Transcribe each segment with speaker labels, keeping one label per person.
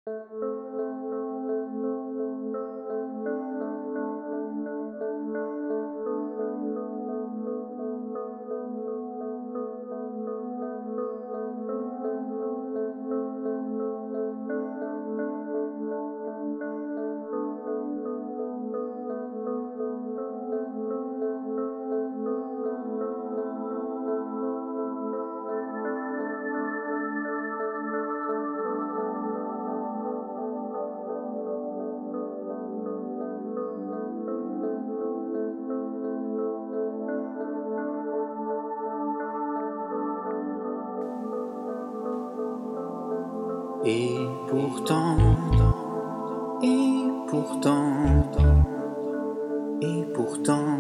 Speaker 1: Et pourtant, et pourtant, et pourtant,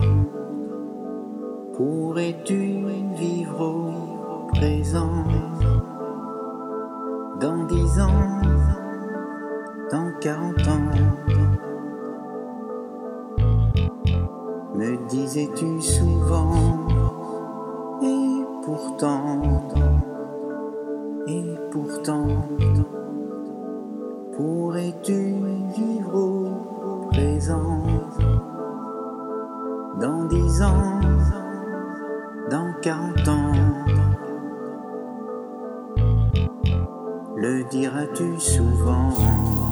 Speaker 1: pourrais-tu vivre au présent, dans 10 ans, dans 40 ans, me disais-tu souvent, et pourtant, pourrais-tu vivre au présent, dans 10 ans, dans 40 ans, le diras-tu souvent?